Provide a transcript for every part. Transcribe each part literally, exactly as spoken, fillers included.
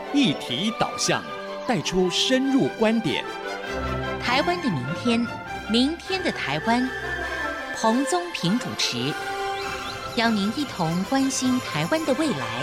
议题导向，带出深入观点。 台湾的明天，明天的台湾，彭宗平主持，邀您一同关心台湾的未来。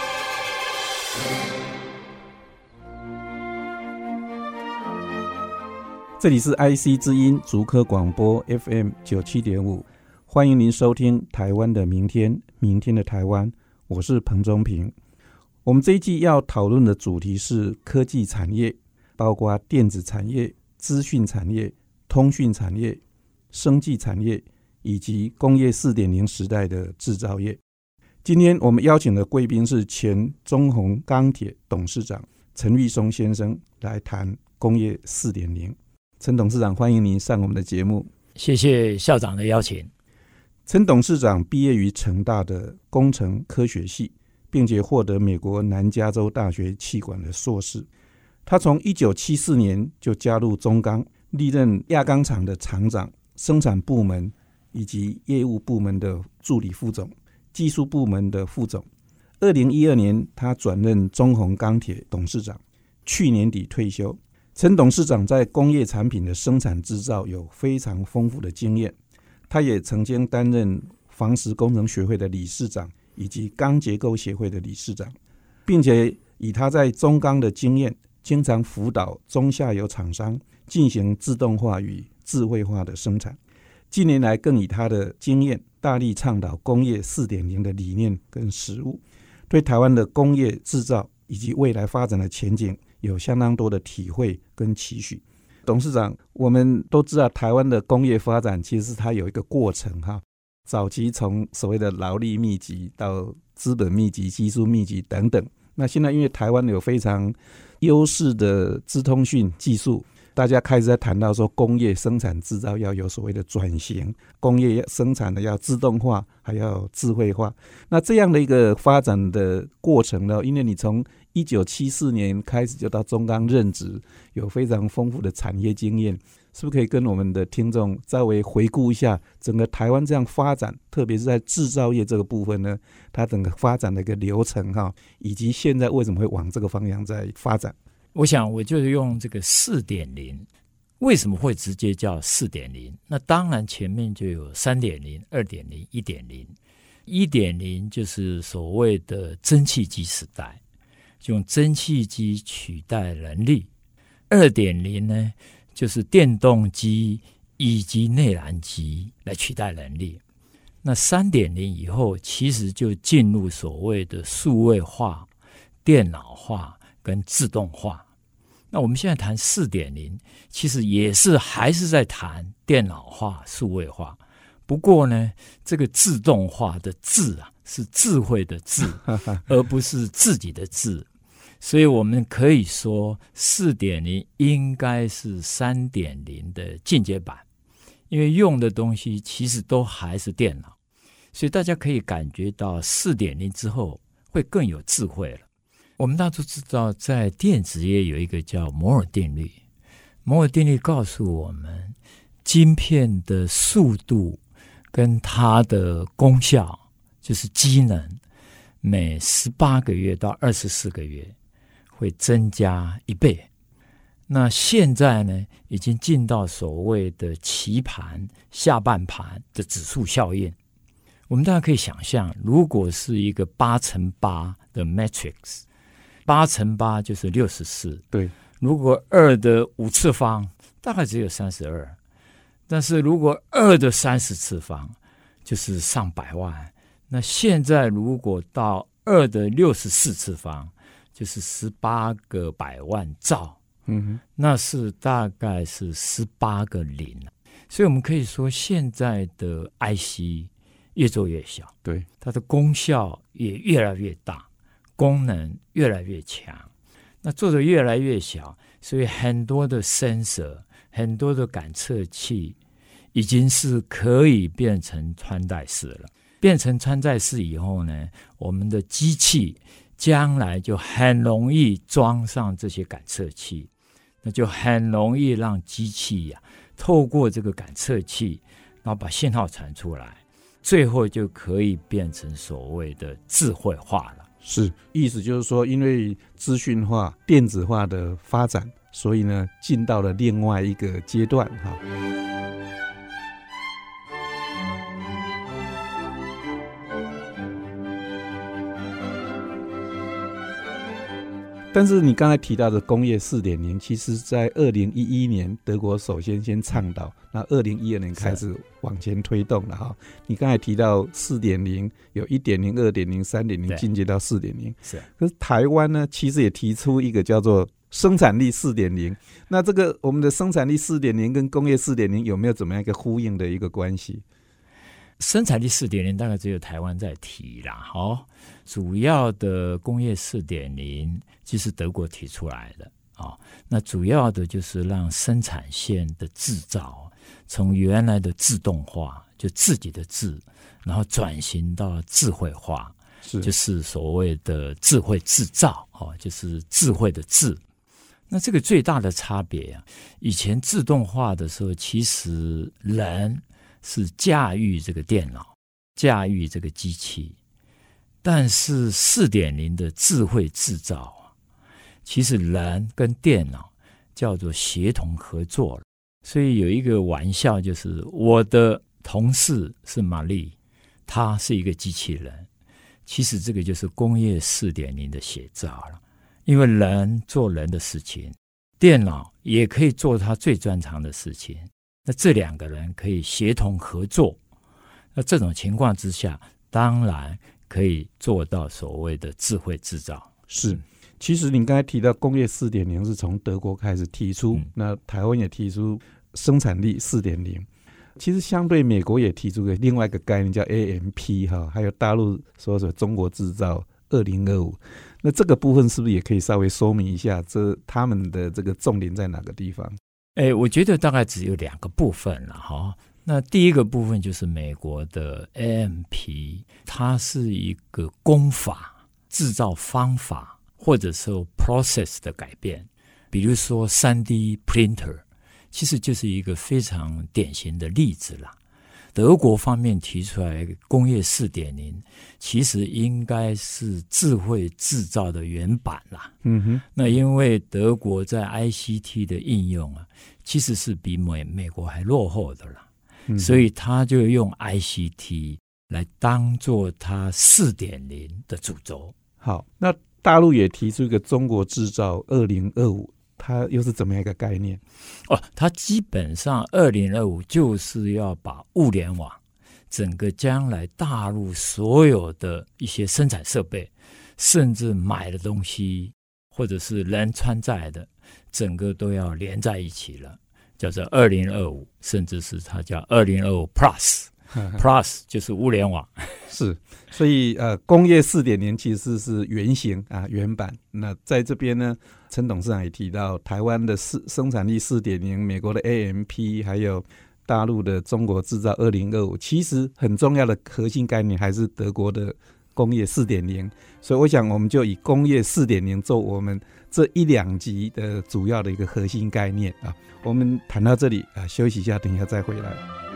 这里是 I C 之音竹科广播 F M 九十七点五， 欢迎您收听台湾的明天，明天的台湾，我是彭宗平。我们这一季要讨论的主题是科技产业，包括电子产业、资讯产业、通讯产业、生技产业以及工业 四点零 时代的制造业。今天我们邀请的贵宾是前中鸿钢铁董事长陈玉松先生，来谈工业 四点零。陈董事长，欢迎您上我们的节目。 谢谢校长的邀请。 陈董事长毕业于成大的工程科学系，并且获得美国南加州大学企管的硕士。他从一九七四年就加入中钢，历任轧钢厂的厂长、生产部门以及业务部门的助理副总、技术部门的副总。二零一二年他转任中鸿钢铁董事长，去年底退休。陈董事长在工业产品的生产制造有非常丰富的经验，他也曾经担任防石工程学会的理事长以及钢结构协会的理事长，并且以他在中钢的经验，经常辅导中下游厂商进行自动化与智慧化的生产。近年来更以他的经验大力倡导工业 四点零 的理念跟实务，对台湾的工业制造以及未来发展的前景有相当多的体会跟期许。董事长，我们都知道台湾的工业发展其实它有一个过程哈，早期从所谓的劳力密集到资本密集、技术密集等等。那现在因为台湾有非常优势的资通讯技术，大家开始在谈到说工业生产制造要有所谓的转型，工业生产的要自动化，还要智慧化。那这样的一个发展的过程呢，因为你从一九七四年开始就到中钢任职，有非常丰富的产业经验，是不是可以跟我们的听众稍微回顾一下整个台湾这样发展，特别是在制造业这个部分呢，它整个发展的一个流程哈，以及现在为什么会往这个方向在发展？ 我想我就用这个 四点零， 为什么会直接叫 四点零？ 那当然前面就有 三点零、二点零、一点零。 一点零 就是所谓的蒸汽机时代，用蒸汽机取代人力。 二点零 呢，就是电动机以及内燃机来取代人力。那 三点零 以后其实就进入所谓的数位化、电脑化跟自动化。那我们现在谈 四点零， 其实也是还是在谈电脑化、数位化。不过呢，这个自动化的智啊，是智慧的智，而不是自己的智。所以我们可以说 四点零 应该是 三点零 的进阶版，因为用的东西其实都还是电脑，所以大家可以感觉到 四点零 之后会更有智慧了。我们大家都知道，在电子业有一个叫摩尔定律，摩尔定律告诉我们，晶片的速度跟它的功效，就是机能，每十八个月到二十四个月会增加一倍。那现在呢，已经进到所谓的棋盘、下半盘的指数效应。我们大家可以想象，如果是一个八乘八的 matrix，八乘八就是六十四， 对。 如果二的五次方大概只有三十二，但是如果二的三十次方就是上百万。那现在如果到二的六十四次方，就是十八个百万兆，嗯哼，那是大概是十八个零。所以我们可以说，现在的 I C 越做越小， 对， 它的功效也越来越大，功能越来越强。那做得越来越小，所以很多的 sensor， 很多的感测器已经是可以变成穿戴式了。变成穿戴式以后呢，我们的机器将来就很容易装上这些感测器，那就很容易让机器呀、啊、透过这个感测器，然后把信号传出来，最后就可以变成所谓的智慧化了。 是，意思就是说，因为资讯化、电子化的发展，所以呢，进到了另外一个阶段哈。但是你刚才提到的工业 四点零， 其实在二零一一年德国首先先倡导，那二零一二年开始往前推动了哈。你刚才提到 四点零 有 一点零、二点零、三点零 进阶到 四点零， 是。可是台湾呢，其实也提出一个叫做生产力 四点零， 那这个我们的生产力 四点零 跟工业 四点零 有没有怎么样一个呼应的一个关系？ 生产力 四点零 大概只有台湾在提啦，哦，主要的工业 四点零 其实德国提出来的，哦，那主要的就是让生产线的制造从原来的自动化，就自己的自，然后转型到智慧化，是就是所谓的智慧制造，哦，就是智慧的智。那这个最大的差别啊，以前自动化的时候，其实人是驾驭这个电脑，驾驭这个机器，但是 四点零 的智慧制造啊，其实人跟电脑叫做协同合作。所以有一个玩笑，就是我的同事是玛丽，她是一个机器人，其实这个就是工业 四点零 的写照了。因为人做人的事情，电脑也可以做他最专长的事情，那这两个人可以协同合作，那这种情况之下，当然可以做到所谓的智慧制造。 是，其实你刚才提到工业 四点零 是从德国开始提出，嗯，那台湾也提出生产力 四点零， 其实相对美国也提出个另外一个概念叫 A M P， 还有大陆说说中国制造二零二五，那这个部分是不是也可以稍微说明一下，这他们的这个重点在哪个地方？ 欸，我觉得大概只有两个部分了哈。那第一个部分就是美国的 A M P， 它是一个工法、制造方法或者说 process 的改变，比如说 三 D printer， 其实就是一个非常典型的例子啦。德国方面提出来工业 四点零， 其实应该是智慧制造的原版啦。嗯哼，那因为德国在 I C T 的应用啊，其实是比美美国还落后的啦，嗯，所以他就用 I C T 来当做他 四点零 的主轴。 好，那大陆也提出一个中国制造二零二五，它又是怎么样一个概念？ 哦，它基本上二零二五就是要把物联网整个将来大陆所有的一些生产设备，甚至买的东西或者是人穿戴的，整个都要连在一起了，叫做二零二五，甚至是它叫二零二五 Plus Plus 就是物联网。 是，所以呃，工业 四点零 其实是原型啊，原版。那在这边呢，陈董事长也提到台湾的生产力 四点零， 美国的 A M P， 还有大陆的中国制造二零二五，其实很重要的核心概念还是德国的工业 四点零。 所以我想我们就以工业 四点零 做我们这一两集的主要的一个核心概念啊。我们谈到这里啊，休息一下，等一下再回来。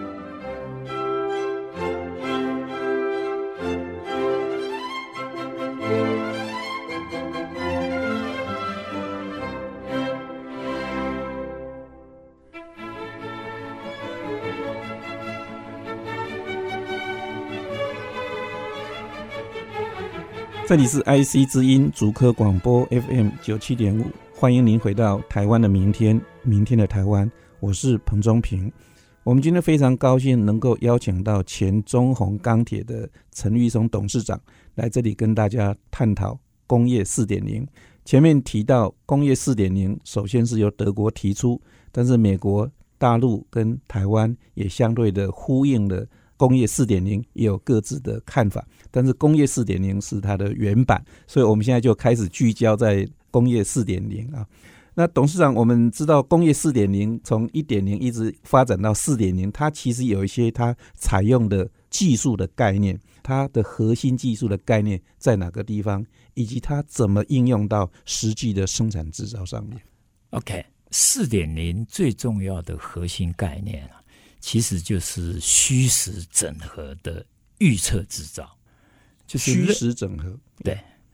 这里是 I C 之音竹科广播 F M 九十七点五， 欢迎您回到台湾的明天，明天的台湾，我是彭中平。我们今天非常高兴能够邀请到前中宏钢铁的陈玉松董事长来这里跟大家探讨工业 四点零。 前面提到工业 四点零 首先是由德国提出，但是美国、大陆跟台湾也相对的呼应了工业 四点零， 也有各自的看法，但是工业 四点零 是它的原版，所以我们现在就开始聚焦在工业 四点零 啊。那董事长，我们知道工业 四点零 从 一点零 一直发展到 四点零， 它其实有一些它采用的技术的概念，它的核心技术的概念在哪个地方，以及它怎么应用到实际的生产制造上面。 OK， 四点零 最重要的核心概念啊，其实就是虚实整合的预测制造， 就是虚实整合。 对，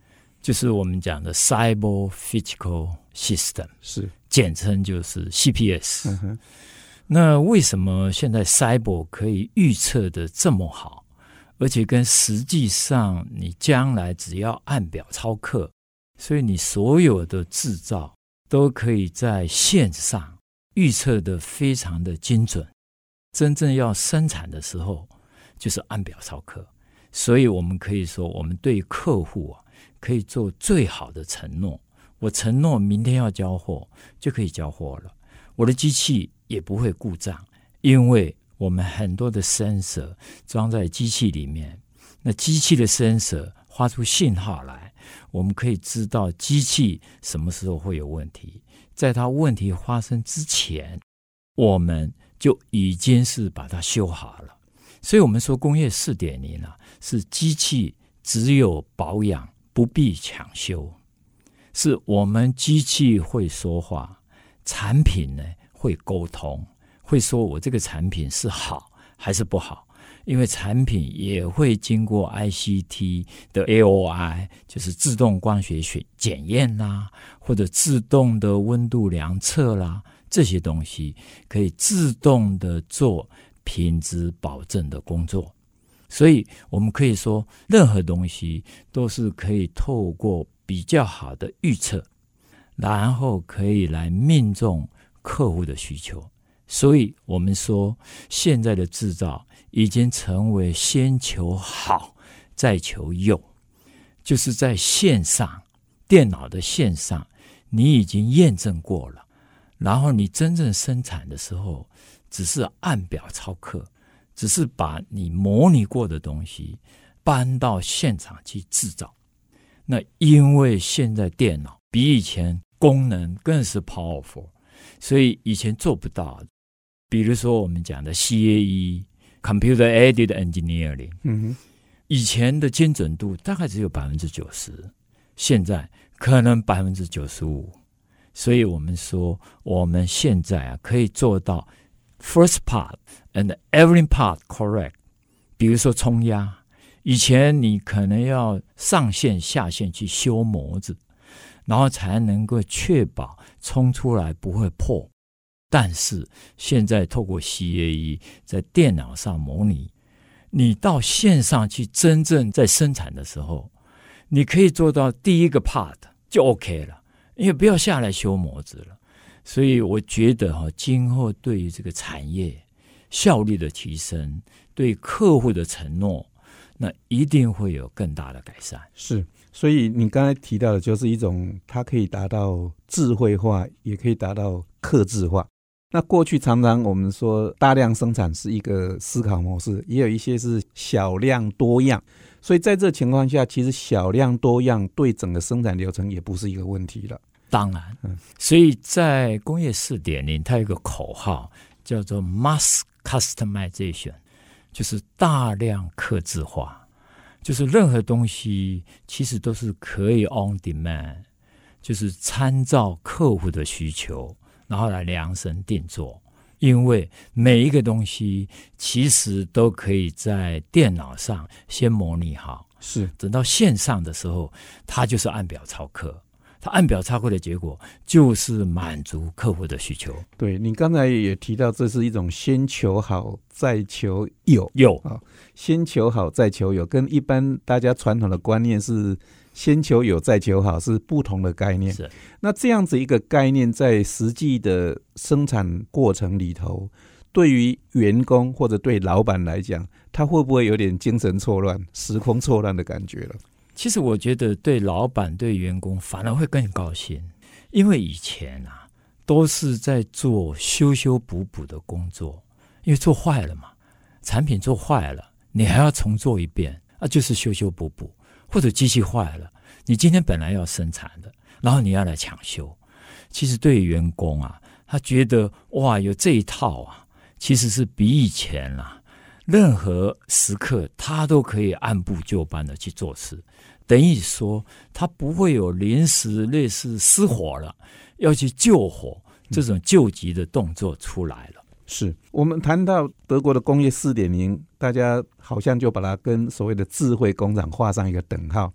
就是我们讲的 Cyber Physical System， 是简称就是 C P S。 嗯哼， 那为什么现在 Cyber 可以预测的这么好，而且跟实际上你将来只要按表操课，所以你所有的制造都可以在线上预测的非常的精准，真正要生产的时候就是按表操课。所以我们可以说，我们对客户啊可以做最好的承诺，我承诺明天要交货就可以交货了，我的机器也不会故障，因为我们很多的 sensor 装在机器里面，那机器的 sensor 发出信号来，我们可以知道机器什么时候会有问题，在它问题发生之前，我们就已经是把它修好了。所以我们说工业 四点零 啊，是机器只有保养不必抢修，是我们机器会说话，产品呢会沟通，会说我这个产品是好还是不好，因为产品也会经过 I C T 的 A O I， 就是自动光学检验啦，或者自动的温度量测啦，这些东西可以自动的做品质保证的工作。所以我们可以说任何东西都是可以透过比较好的预测，然后可以来命中客户的需求。所以我们说现在的制造已经成为先求好再求有，就是在线上电脑的线上你已经验证过了，然后你真正生产的时候只是按表操课，只是把你模拟过的东西搬到现场去制造。那因为现在电脑比以前功能更是 powerful， 所以以前做不到的，比如说我们讲的 C A E Computer Aided Engineering， 嗯哼， 以前的精准度大概只有 百分之九十， 现在可能 百分之九十五。 所以我们说我们现在啊可以做到 first part and every part correct。 比如说冲压，以前你可能要上线下线去修模子，然后才能够确保冲出来不会破，但是现在透过 C A E 在电脑上模拟，你到线上去真正在生产的时候，你可以做到第一个 part 就 OK 了，因为不要下来修模子了。所以我觉得、哦、今后对于这个产业效率的提升，对客户的承诺，那一定会有更大的改善。 是，所以你刚才提到的就是一种它可以达到智慧化，也可以达到客制化。那过去常常我们说大量生产是一个思考模式，也有一些是小量多样，所以在这情况下，其实小量多样对整个生产流程也不是一个问题了。 当然，嗯、所以在工业 四点零 它有一个口号叫做 mass customization， 就是大量客制化，就是任何东西其实都是可以 on demand， 就是参照客户的需求然后来量身定做。因为每一个东西其实都可以在电脑上先模拟好， 是等到线上的时候它就是按表操课，它按表操课的结果就是满足客户的需求。 对，你刚才也提到这是一种先求好再求有， 有、 哦、先求好再求有，跟一般大家传统的观念是先求有再求好是不同的概念。 是， 那这样子一个概念在实际的生产过程里头，对于员工或者对老板来讲，他会不会有点精神错乱、时空错乱的感觉了？ 其实我觉得对老板对员工反而会更高兴，因为以前啊都是在做修修补补的工作，因为做坏了嘛，产品做坏了你还要重做一遍啊，就是修修补补。或者机器坏了，你今天本来要生产的，然后你要来抢修。其实对于员工啊，他觉得哇，有这一套啊，其实是比以前啊，任何时刻他都可以按部就班的去做事。等于说他不会有临时类似失火了要去救火这种救急的动作出来了。 是，我们谈到德国的工业 四点零， 大家好像就把它跟所谓的智慧工厂画上一个等号。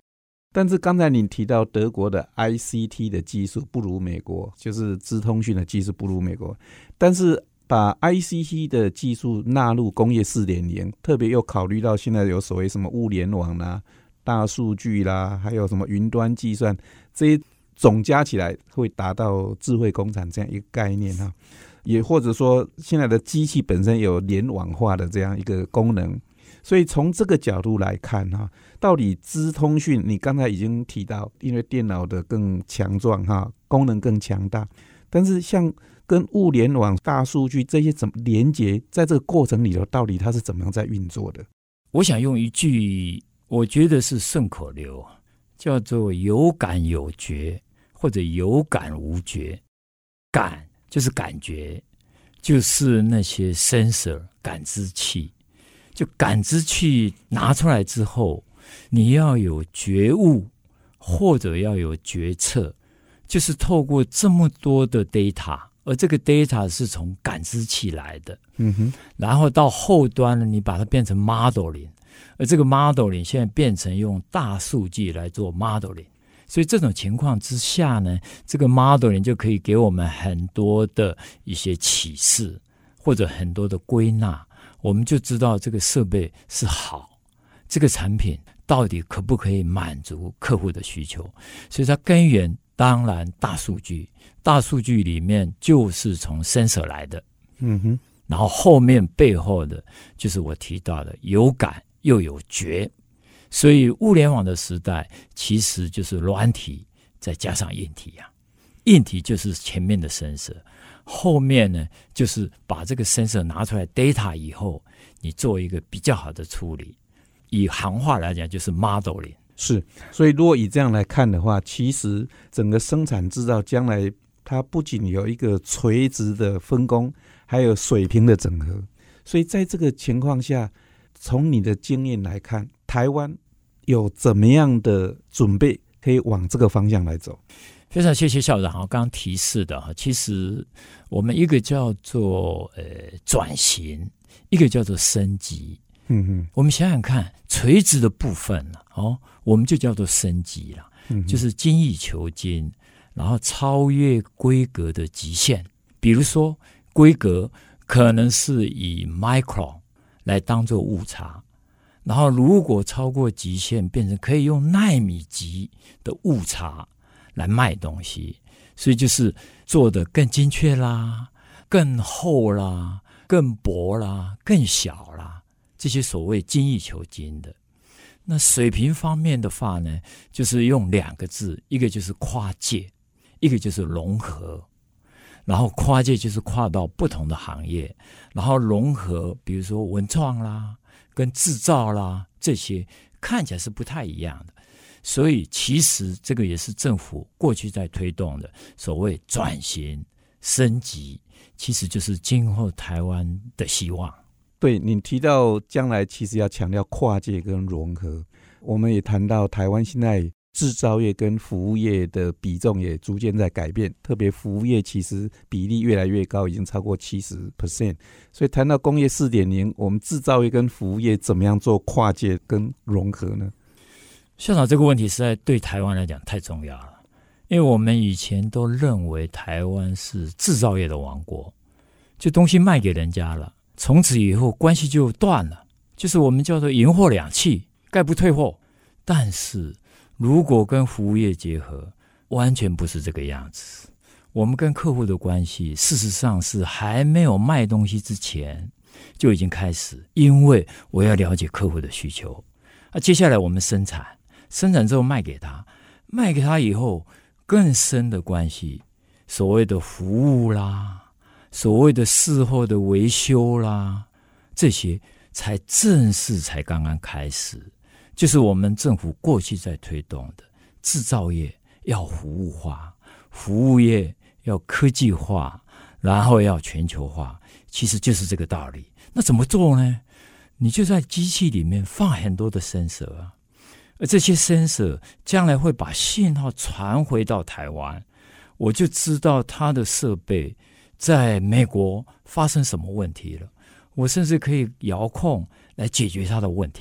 但是刚才你提到德国的 I C T 的技术不如美国，就是资通讯的技术不如美国，但是把 I C T 的技术纳入工业 四点零， 特别又考虑到现在有所谓什么物联网啦、大数据啦，还有什么云端计算，这些总加起来会达到智慧工厂这样一个概念哈。也或者说现在的机器本身有联网化的这样一个功能，所以从这个角度来看哈，到底资通讯你刚才已经提到，因为电脑的更强壮哈，功能更强大，但是像跟物联网、大数据这些怎么连接，在这个过程里头到底它是怎么样在运作的？ 我想用一句我觉得是顺口溜，叫做有感有觉，或者有感无觉。感就是感觉，就是那些 sensor 感知器，就感知器拿出来之后，你要有觉悟或者要有决策，就是透过这么多的 data， 而这个 data 是从感知器来的， 嗯哼， 然后到后端呢，你把它变成 modeling， 而这个 modeling 现在变成用大数据来做 modeling。所以这种情况之下呢，这个 modeling 就可以给我们很多的一些启示，或者很多的归纳，我们就知道这个设备是好，这个产品到底可不可以满足客户的需求。所以它根源当然大数据，大数据里面就是从 sensor 来的， 嗯哼， 然后后面背后的就是我提到的有感又有觉。所以物联网的时代其实就是软体再加上硬体啊，硬体就是前面的 sensor， 后面呢就是把这个 sensor 拿出来 data 以后，你做一个比较好的处理，以行话来讲就是 modeling。 是，所以如果以这样来看的话，其实整个生产制造将来它不仅有一个垂直的分工，还有水平的整合。所以在这个情况下，从你的经验来看，台湾有怎么样的准备可以往这个方向来走？ 非常谢谢校长刚刚提示的，其实我们一个叫做呃转型，一个叫做升级。 嗯哼， 我们想想看，垂直的部分哦，我们就叫做升级了， 嗯， 就是精益求精，然后超越规格的极限。比如说规格可能是以 micron 来当作误差，然后如果超过极限，变成可以用奈米级的误差来卖东西，所以就是做得更精确啦，更厚啦，更薄啦，更小啦，这些所谓精益求精的。那水平方面的话呢，就是用两个字，一个就是跨界，一个就是融合。然后跨界就是跨到不同的行业，然后融合比如说文创啦跟制造啦，这些看起来是不太一样的。所以其实这个也是政府过去在推动的所谓转型升级，其实就是今后台湾的希望。 对，你提到将来其实要强调跨界跟融合，我们也谈到台湾现在制造业跟服务业的比重也逐渐在改变，特别服务业其实比例越来越高，已经超过 百分之七十。 所以谈到工业 四点零， 我们制造业跟服务业怎么样做跨界跟融合呢？ 校长，这个问题实在对台湾来讲太重要了，因为我们以前都认为台湾是制造业的王国，就东西卖给人家了，从此以后关系就断了，就是我们叫做银货两讫，概不退货。但是如果跟服务业结合，完全不是这个样子。我们跟客户的关系事实上是还没有卖东西之前就已经开始，因为我要了解客户的需求。啊，接下来我们生产，生产之后卖给他，卖给他以后更深的关系，所谓的服务啦，所谓的事后的维修啦，这些才正式才刚刚开始，就是我们政府过去在推动的制造业要服务化，服务业要科技化，然后要全球化，其实就是这个道理。那怎么做呢？你就在机器里面放很多的 sensor 啊，而这些 sensor 将来会把信号传回到台湾，我就知道它的设备在美国发生什么问题了，我甚至可以遥控来解决它的问题啊。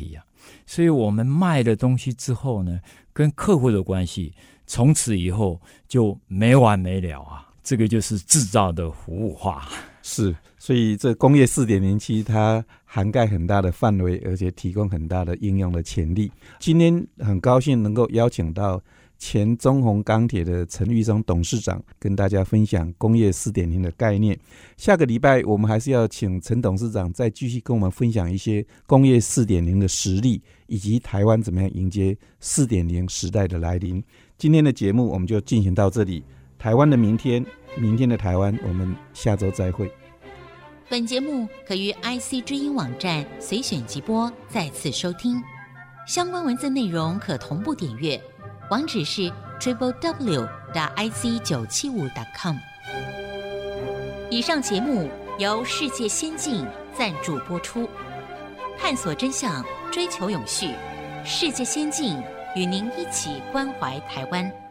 所以我们卖了东西之后呢，跟客户的关系从此以后就没完没了啊！这个就是制造的服务化。 是，所以这工业 四点零 其实它涵盖很大的范围，而且提供很大的应用的潜力。今天很高兴能够邀请到前中宏钢铁的陈玉松董事长跟大家分享工业 四点零 的概念。下个礼拜我们还是要请陈董事长再继续跟我们分享一些工业 四点零 的实例，以及台湾怎么样迎接 四点零 时代的来临。今天的节目我们就进行到这里，台湾的明天，明天的台湾，我们下周再会。 本节目可于 I C 之音网站随选即播再次收听，相关文字内容可同步点阅，网址是 triple w 点 i c 九七五点 com。 以上节目由世界先进赞助播出，探索真相，追求永续，世界先进与您一起关怀台湾。